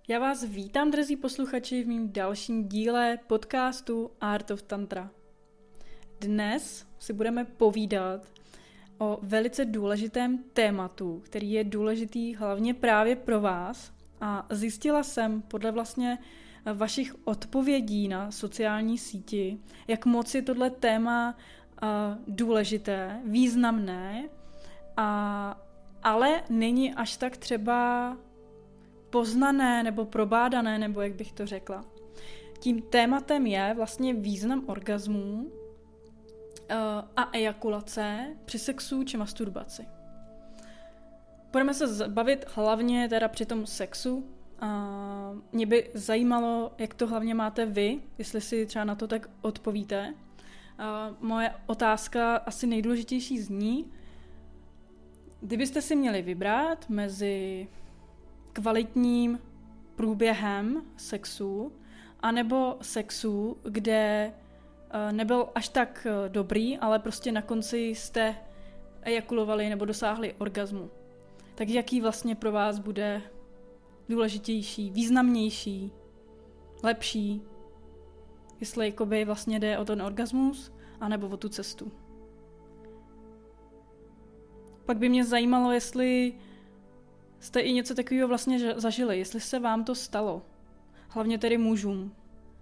Já vás vítám, drazí posluchači, v mým dalším díle podcastu Art of Tantra. Dnes si budeme povídat o velice důležitém tématu, který je důležitý hlavně právě pro vás. A zjistila jsem podle vlastně vašich odpovědí na sociální síti, jak moc je tohle téma důležité, významné, ale není až tak třeba poznané nebo probádané, nebo jak bych to řekla. Tím tématem je vlastně význam orgazmů a ejakulace při sexu či masturbaci. Budeme se bavit hlavně teda při tom sexu. Mě by zajímalo, jak to hlavně máte vy, jestli si třeba na to tak odpovíte. Moje otázka asi nejdůležitější zní, kdybyste si měli vybrat mezi kvalitním průběhem sexu anebo sexu, kde nebyl až tak dobrý, ale prostě na konci jste ejakulovali nebo dosáhli orgazmu. Tak jaký vlastně pro vás bude důležitější, významnější, lepší, jestli jakoby vlastně jde o ten orgasmus anebo o tu cestu. Pak by mě zajímalo, jestli jste i něco takového vlastně zažili, jestli se vám to stalo. Hlavně tedy mužům.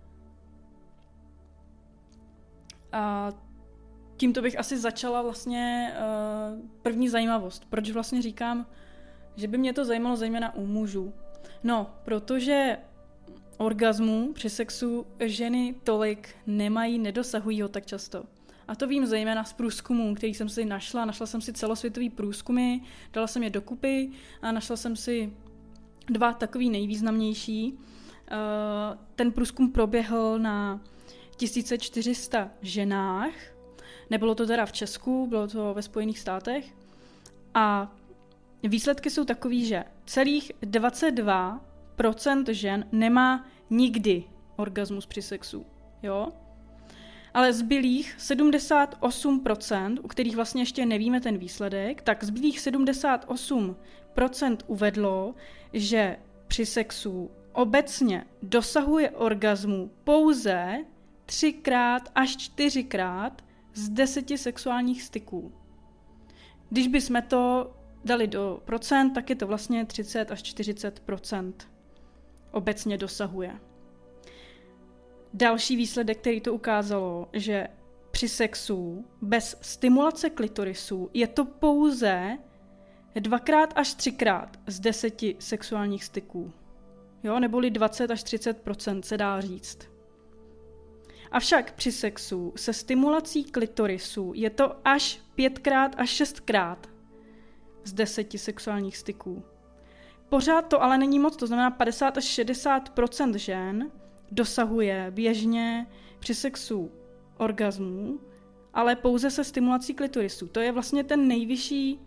A tímto bych asi začala vlastně první zajímavost. Proč vlastně říkám, že by mě to zajímalo zejména u mužů? No, protože orgazmu při sexu ženy tolik nemají, nedosahují ho tak často. A to vím zejména z průzkumů, který jsem si našla. Našla jsem si celosvětový průzkumy, dala jsem je dokupy a našla jsem si 2 takový nejvýznamnější. Ten průzkum proběhl na 1400 ženách. Nebylo to teda v Česku, bylo to ve Spojených státech. A výsledky jsou takový, že celých 22% žen nemá nikdy orgasmus při sexu. Jo? Ale zbylých 78%, u kterých vlastně ještě nevíme ten výsledek, tak zbylých 78% uvedlo, že při sexu obecně dosahuje orgazmu pouze 3x až 4x z 10 sexuálních styků. Když bychom to dali do procent, tak je to vlastně 30 až 40% obecně dosahuje. Další výsledek, který to ukázalo, že při sexu bez stimulace klitorisu je to pouze 2x až 3x z 10 sexuálních styků. Jo, neboli 20 až 30% se dá říct. Avšak při sexu se stimulací klitorisu je to až 5x až 6x z 10 sexuálních styků. Pořád to ale není moc, to znamená 50 až 60% žen dosahuje běžně při sexu orgazmu, ale pouze se stimulací klitorisu. To je vlastně ten nejvyšší,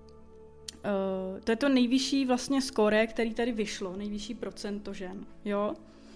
to nejvyšší vlastně skóre, který tady vyšlo, nejvyšší procento žen. Jo?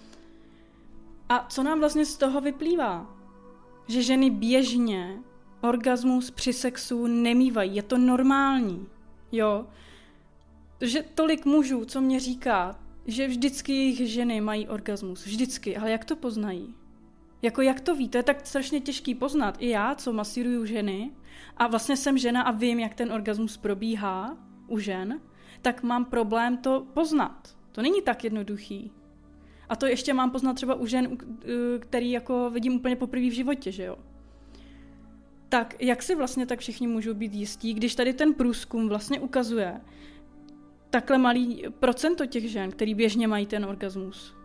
A co nám vlastně z toho vyplývá? Že ženy běžně orgasmus při sexu nemývají, je to normální. Jo? Že tolik mužů, co mě říká, že vždycky jejich ženy mají orgasmus. Vždycky. Ale jak to poznají? Jak to ví? To je tak strašně těžký poznat. I já, co masíruju ženy, a vlastně jsem žena a vím, jak ten orgasmus probíhá u žen, tak mám problém to poznat. To není tak jednoduchý. A to ještě mám poznat třeba u žen, který jako vidím úplně poprvé v životě, že jo? Tak jak si vlastně tak všichni můžou být jistí, když tady ten průzkum vlastně ukazuje takhle malý procento těch žen, který běžně mají ten orgasmus.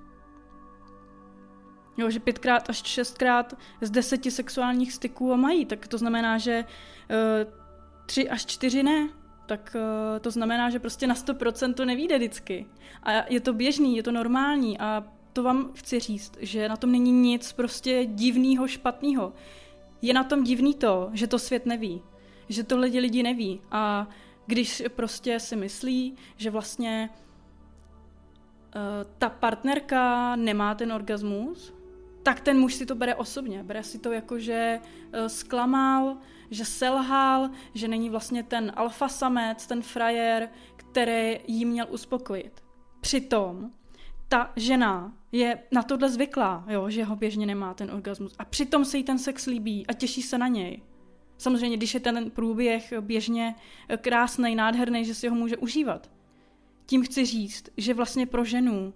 Jo, že 5x až 6x z 10 sexuálních styků mají, tak to znamená, že 3 až 4 ne. Tak to znamená, že prostě na 100% to nevyjde vždycky. A je to běžný, je to normální a to vám chci říct, že na tom není nic prostě divného, špatného. Je na tom divný to, že to svět neví. Že to lidi neví. A když prostě si myslí, že vlastně ta partnerka nemá ten orgasmus, tak ten muž si to bere osobně. Bere si to jako, že zklamal, že selhal, že není vlastně ten alfa samec, ten frajer, který jí měl uspokojit. Přitom ta žena je na tohle zvyklá, jo, že ho běžně nemá ten orgasmus. A přitom se jí ten sex líbí a těší se na něj. Samozřejmě, když je ten průběh běžně krásnej, nádherný, že si ho může užívat. Tím chci říct, že vlastně pro ženu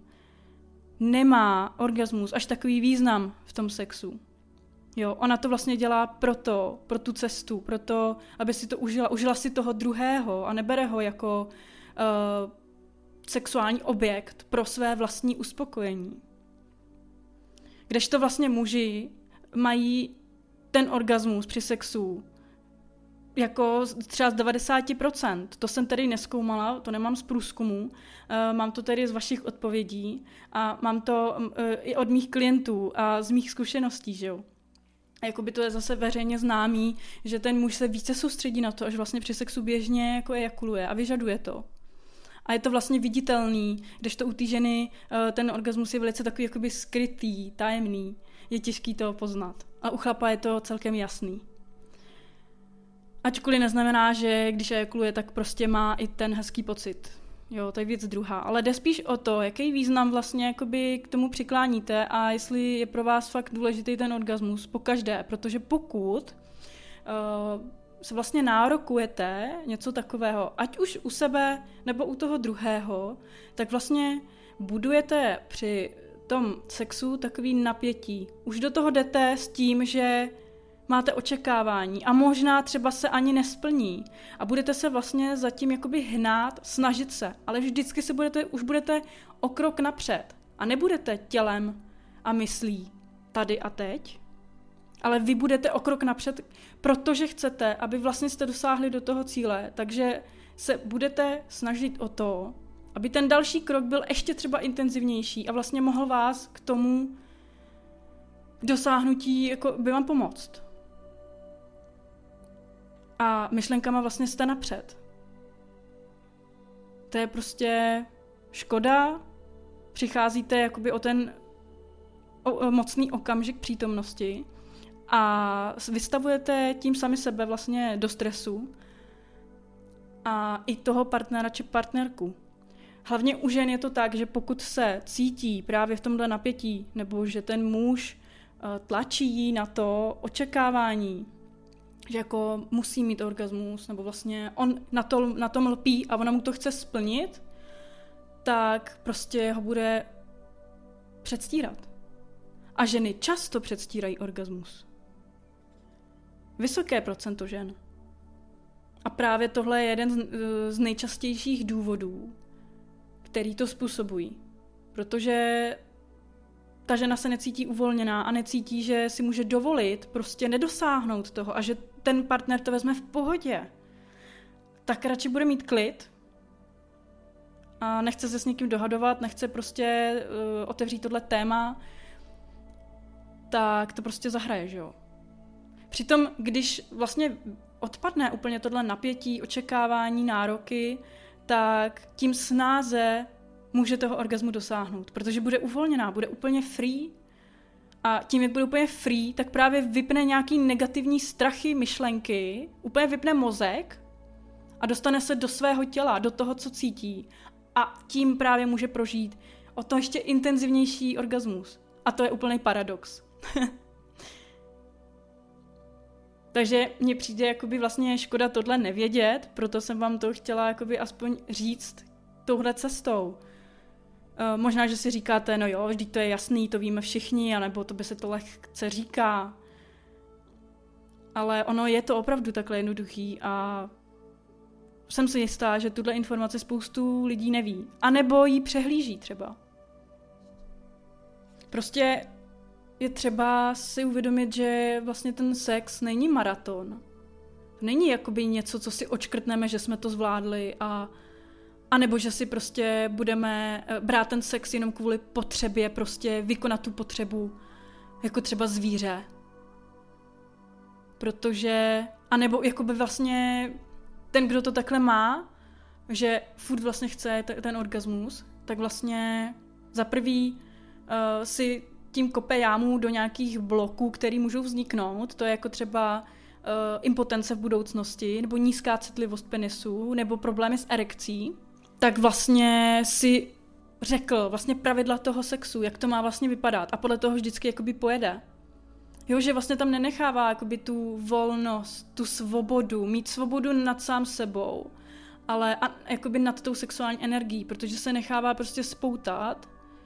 nemá orgasmus až takový význam v tom sexu. Jo, ona to vlastně dělá pro tu cestu, proto, aby si to užila si toho druhého a nebere ho jako sexuální objekt pro své vlastní uspokojení. Kdežto vlastně muži mají ten orgasmus při sexu jako třeba z 90%. To jsem tedy nezkoumala, to nemám z průzkumu, mám to tedy z vašich odpovědí a mám to i od mých klientů a z mých zkušeností, že jo. Jakoby to je zase veřejně známý, že ten muž se více soustředí na to, až vlastně při sexu běžně jako ejakuluje a vyžaduje to. A je to vlastně viditelný, kdežto u té ženy ten orgasmus je velice takový jakoby skrytý, tajemný, je těžký to poznat. A u chlapa je to celkem jasný. Ačkoliv neznamená, že když ejakuluje, tak prostě má i ten hezký pocit. Jo, to je věc druhá. Ale jde spíš o to, jaký význam vlastně jakoby k tomu přikláníte a jestli je pro vás fakt důležitý ten orgasmus pokaždé. Protože pokud se vlastně nárokujete něco takového, ať už u sebe nebo u toho druhého, tak vlastně budujete při tom sexu takový napětí. Už do toho jdete s tím, že máte očekávání a možná třeba se ani nesplní a budete se vlastně zatím jakoby hnát, snažit se, ale vždycky se už budete o krok napřed a nebudete tělem a myslí tady a teď, ale vy budete o krok napřed, protože chcete, aby vlastně jste dosáhli do toho cíle, takže se budete snažit o to, aby ten další krok byl ještě třeba intenzivnější a vlastně mohl vás k tomu dosáhnutí jako by vám pomoct. A myšlenkama vlastně jste napřed. To je prostě škoda, přicházíte jakoby o ten mocný okamžik přítomnosti a vystavujete tím sami sebe vlastně do stresu a i toho partnera či partnerku. Hlavně u žen je to tak, že pokud se cítí právě v tomhle napětí, nebo že ten muž tlačí jí na to očekávání, že jako musí mít orgasmus, nebo vlastně on na tom lpí a ona mu to chce splnit, tak prostě ho bude předstírat. A ženy často předstírají orgasmus. Vysoké procento žen. A právě tohle je jeden z nejčastějších důvodů, který to způsobují. Protože ta žena se necítí uvolněná a necítí, že si může dovolit prostě nedosáhnout toho a že ten partner to vezme v pohodě. Tak radši bude mít klid a nechce se s někým dohadovat, nechce prostě otevřít tohle téma, tak to prostě zahraje, že jo. Přitom, když vlastně odpadne úplně tohle napětí, očekávání, nároky, tak tím snáze může toho orgasmu dosáhnout, protože bude uvolněná, bude úplně free a tím, jak bude úplně free, tak právě vypne nějaký negativní strachy, myšlenky, úplně vypne mozek a dostane se do svého těla, do toho, co cítí a tím právě může prožít o to ještě intenzivnější orgasmus. A to je úplný paradox. Takže mně přijde jakoby vlastně škoda tohle nevědět, proto jsem vám to chtěla jakoby aspoň říct touhle cestou. Možná, že si říkáte, no jo, vždyť to je jasný, to víme všichni, anebo to by se to lehce říká. Ale ono je to opravdu takhle jednoduchý a jsem si jistá, že tuhle informaci spoustu lidí neví. A nebo ji přehlíží třeba. Prostě je třeba si uvědomit, že vlastně ten sex není maraton. Není jakoby něco, co si odškrtneme, že jsme to zvládli a nebo že si prostě budeme brát ten sex jenom kvůli potřebě, prostě vykonat tu potřebu jako třeba zvíře. Protože, a nebo jakoby vlastně ten, kdo to takhle má, že furt vlastně chce ten orgasmus, tak vlastně za prvý si tím kope jámu do nějakých bloků, které můžou vzniknout. To je jako třeba impotence v budoucnosti, nebo nízká citlivost penisu, nebo problémy s erekcí. Tak vlastně si řekl vlastně pravidla toho sexu, jak to má vlastně vypadat a podle toho vždycky jakoby pojede. Jo, že vlastně tam nenechává jakoby tu volnost, tu svobodu, mít svobodu nad sám sebou, ale jakoby nad tou sexuální energií, protože se nechává prostě spoutat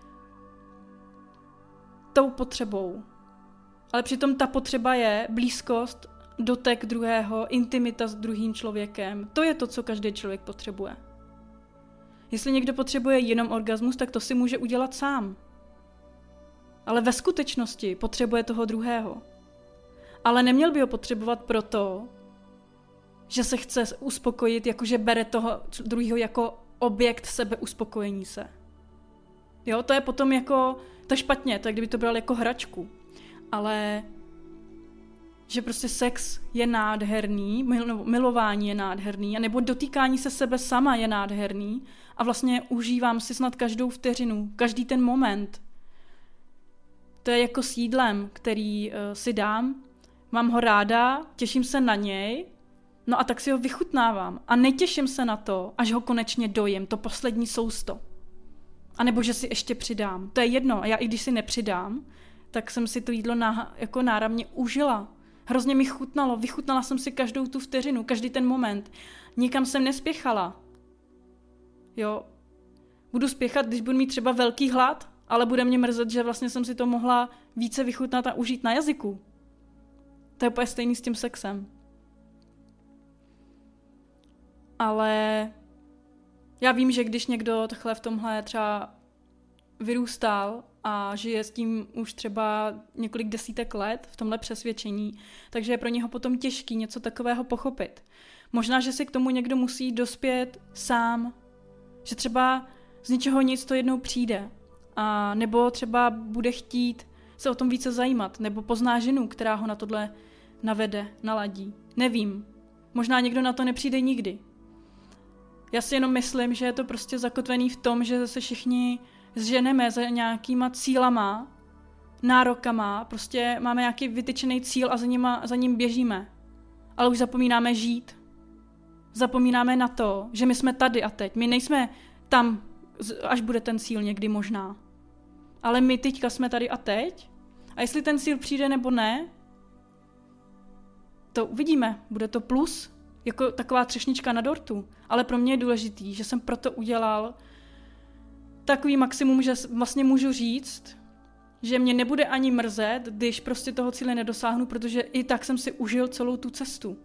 tou potřebou. Ale přitom ta potřeba je blízkost, dotek druhého, intimita s druhým člověkem. To je to, co každý člověk potřebuje. Jestli někdo potřebuje jenom orgasmus, tak to si může udělat sám. Ale ve skutečnosti potřebuje toho druhého. Ale neměl by ho potřebovat proto, že se chce uspokojit, jakože bere toho druhého jako objekt sebeuspokojení se. Jo, to je potom jako, to je špatně, to je kdyby to bral jako hračku. Ale že prostě sex je nádherný, milování je nádherný, nebo dotýkání se sebe sama je nádherný a vlastně užívám si snad každou vteřinu, každý ten moment. To je jako s jídlem, který si dám, mám ho ráda, těším se na něj, no a tak si ho vychutnávám a netěším se na to, až ho konečně dojím, to poslední sousto. A nebo že si ještě přidám. To je jedno, a já i když si nepřidám, tak jsem si to jídlo jako náramně užila. Hrozně mi chutnalo, vychutnala jsem si každou tu vteřinu, každý ten moment. Nikam jsem nespěchala. Jo, budu spěchat, když budu mít třeba velký hlad, ale bude mě mrzet, že vlastně jsem si to mohla více vychutnat a užít na jazyku. To je úplně stejný s tím sexem. Ale já vím, že když někdo takhle v tomhle třeba vyrůstal a žije s tím už třeba několik desítek let v tomhle přesvědčení, takže je pro něho potom těžký něco takového pochopit. Možná, že si k tomu někdo musí dospět sám, že třeba z ničeho nic to jednou přijde, a nebo třeba bude chtít se o tom více zajímat, nebo pozná ženu, která ho na tohle navede, naladí. Nevím. Možná někdo na to nepřijde nikdy. Já si jenom myslím, že je to prostě zakotvený v tom, že se všichni zženeme za nějakýma cílama, nárokama, prostě máme nějaký vytyčený cíl a za ním běžíme. Ale už zapomínáme žít. Zapomínáme na to, že my jsme tady a teď. My nejsme tam, až bude ten cíl někdy možná. Ale my teďka jsme tady a teď. A jestli ten cíl přijde nebo ne, to uvidíme. Bude to plus, jako taková třešnička na dortu. Ale pro mě je důležitý, že jsem proto udělal takový maximum, že vlastně můžu říct, že mě nebude ani mrzet, když prostě toho cíle nedosáhnu, protože i tak jsem si užil celou tu cestu.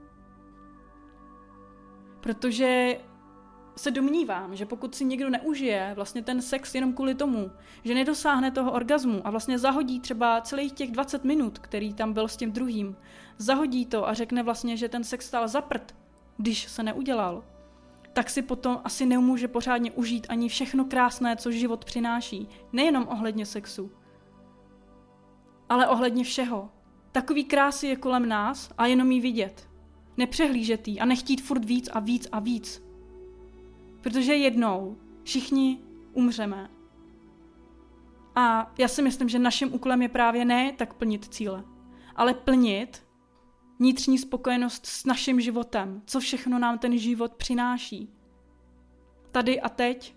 Protože se domnívám, že pokud si někdo neužije vlastně ten sex jenom kvůli tomu, že nedosáhne toho orgazmu a vlastně zahodí třeba celých těch 20 minut, který tam byl s tím druhým, zahodí to a řekne vlastně, že ten sex stál za prd, když se neudělal, tak si potom asi nemůže pořádně užít ani všechno krásné, co život přináší. Nejenom ohledně sexu, ale ohledně všeho. Takový krásy je kolem nás a jenom jí vidět. Nepřehlížet jí a nechtít furt víc a víc a víc. Protože jednou všichni umřeme. A já si myslím, že naším úkolem je právě ne tak plnit cíle, ale plnit vnitřní spokojenost s naším životem, co všechno nám ten život přináší. Tady a teď.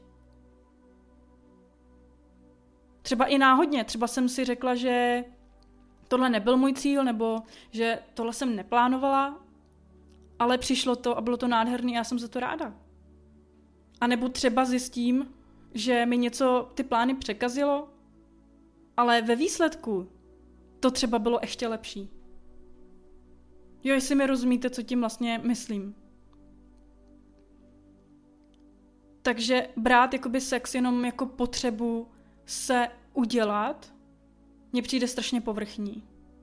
Třeba i náhodně, třeba jsem si řekla, že tohle nebyl můj cíl, nebo že tohle jsem neplánovala, ale přišlo to a bylo to nádherný a já jsem za to ráda. A nebo třeba zjistím, že mi něco ty plány překazilo, ale ve výsledku to třeba bylo ještě lepší. Jo, jestli mi rozumíte, co tím vlastně myslím. Takže brát jakoby sex jenom jako potřebu se udělat, mně přijde strašně povrchní.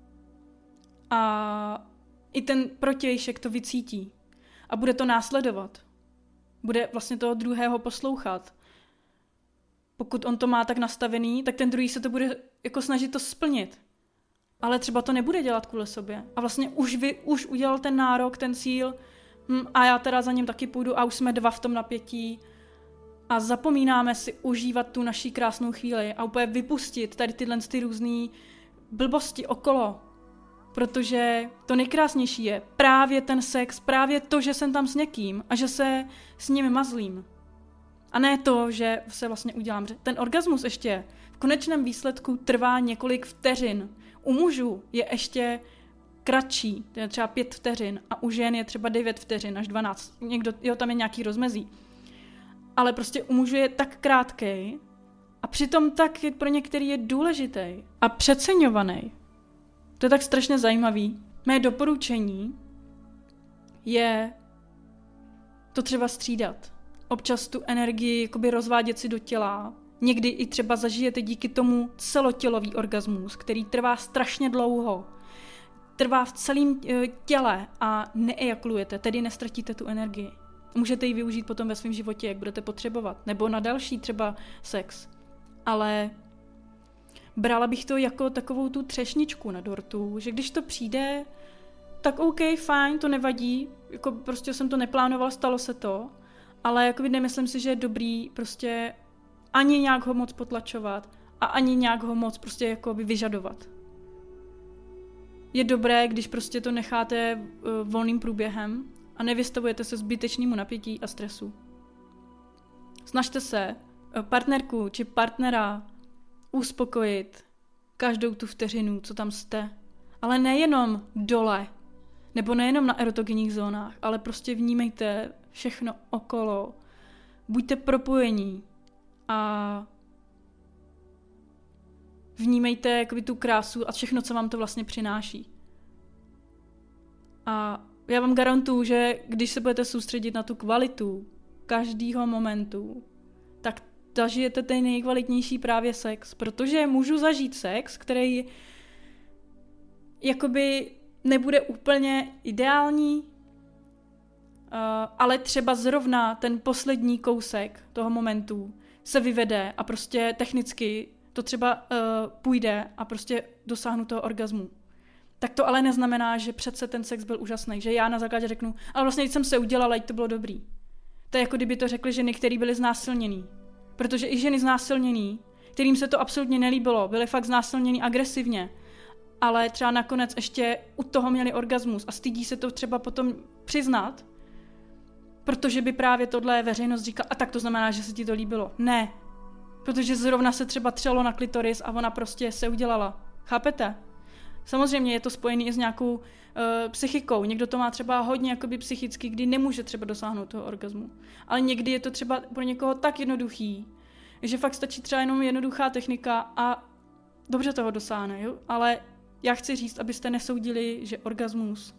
A i ten protějšek to vycítí. A bude to následovat. Bude vlastně toho druhého poslouchat. Pokud on to má tak nastavený, tak ten druhý se to bude jako snažit to splnit. Ale třeba to nebude dělat kvůli sobě. A vlastně už udělal ten nárok, ten cíl, a já teda za ním taky půjdu a už jsme dva v tom napětí. A zapomínáme si užívat tu naší krásnou chvíli a úplně vypustit tady tyhle ty různé blbosti okolo. Protože to nejkrásnější je právě ten sex, právě to, že jsem tam s někým a že se s ním mazlím. A ne to, že se vlastně udělám. Ten orgasmus ještě v konečném výsledku trvá několik vteřin. U mužů je ještě kratší, to je třeba 5 vteřin a u žen je třeba 9 vteřin až 12. Tam je nějaký rozmezí. Ale prostě u mužů je tak krátkej a přitom tak pro některý je důležitý a přeceňovaný. To je tak strašně zajímavý. Mé doporučení je to třeba střídat. Občas tu energii jakoby rozvádět si do těla. Někdy i třeba zažijete díky tomu celotělový orgasmus, který trvá strašně dlouho. Trvá v celém těle a neejakulujete, tedy nestratíte tu energii. Můžete ji využít potom ve svém životě, jak budete potřebovat. Nebo na další třeba sex. Ale brala bych to jako takovou tu třešničku na dortu, že když to přijde, tak OK, fajn, to nevadí. Jako prostě jsem to neplánoval, stalo se to. Ale jakoby nemyslím si, že je dobrý prostě ani nějak ho moc potlačovat a ani nějak ho moc prostě jakoby vyžadovat. Je dobré, když prostě to necháte volným průběhem a nevystavujete se zbytečnému napětí a stresu. Snažte se partnerku či partnera uspokojit každou tu vteřinu, co tam jste. Ale nejenom dole, nebo nejenom na erotogenních zónách, ale prostě vnímejte všechno okolo. Buďte propojení a vnímejte jakoby tu krásu a všechno, co vám to vlastně přináší. A já vám garantuju, že když se budete soustředit na tu kvalitu každého momentu, tak zažijete ten nejkvalitnější právě sex. Protože můžu zažít sex, který jakoby nebude úplně ideální, ale třeba zrovna ten poslední kousek toho momentu se vyvede a prostě technicky to třeba půjde a prostě dosáhnu toho orgazmu. Tak to ale neznamená, že přece ten sex byl úžasný, že já na základě řeknu, ale vlastně když jsem se udělala, to bylo dobrý. To je jako kdyby to řekli ženy, které byly znásilněný. Protože i ženy znásilněný, kterým se to absolutně nelíbilo, byly fakt znásilněný agresivně, ale třeba nakonec ještě u toho měli orgasmus a stydí se to třeba potom přiznat, protože by právě tohle veřejnost říkala, a tak to znamená, že se ti to líbilo. Ne, protože zrovna se třeba třelo na klitoris a ona prostě se udělala. Chápete? Samozřejmě je to spojené i s nějakou psychikou. Někdo to má třeba hodně jakoby psychicky, kdy nemůže třeba dosáhnout toho orgasmu. Ale někdy je to třeba pro někoho tak jednoduchý, že fakt stačí třeba jenom jednoduchá technika a dobře toho dosáhne. Jo? Ale já chci říct, abyste nesoudili, že orgasmus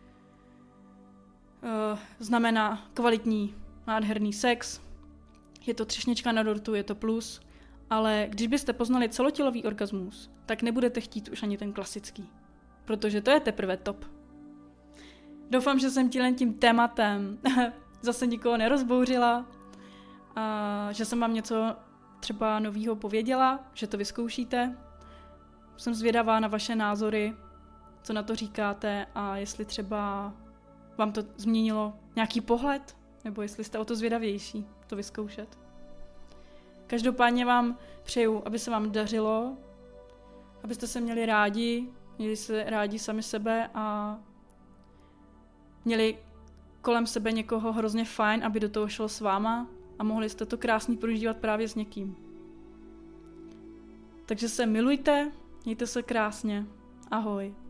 znamená kvalitní, nádherný sex. Je to třešnička na dortu, je to plus. Ale když byste poznali celotělový orgasmus, tak nebudete chtít už ani ten klasický. Protože to je teprve top. Doufám, že jsem tím tématem zase nikoho nerozbouřila, a že jsem vám něco třeba novýho pověděla, že to vyzkoušíte. Jsem zvědavá na vaše názory, co na to říkáte a jestli třeba vám to změnilo nějaký pohled, nebo jestli jste o to zvědavější to vyzkoušet. Každopádně vám přeju, aby se vám dařilo, abyste se měli se rádi sami sebe a měli kolem sebe někoho hrozně fajn, aby do toho šel s váma a mohli jste to krásně prožívat právě s někým. Takže se milujte, mějte se krásně. Ahoj.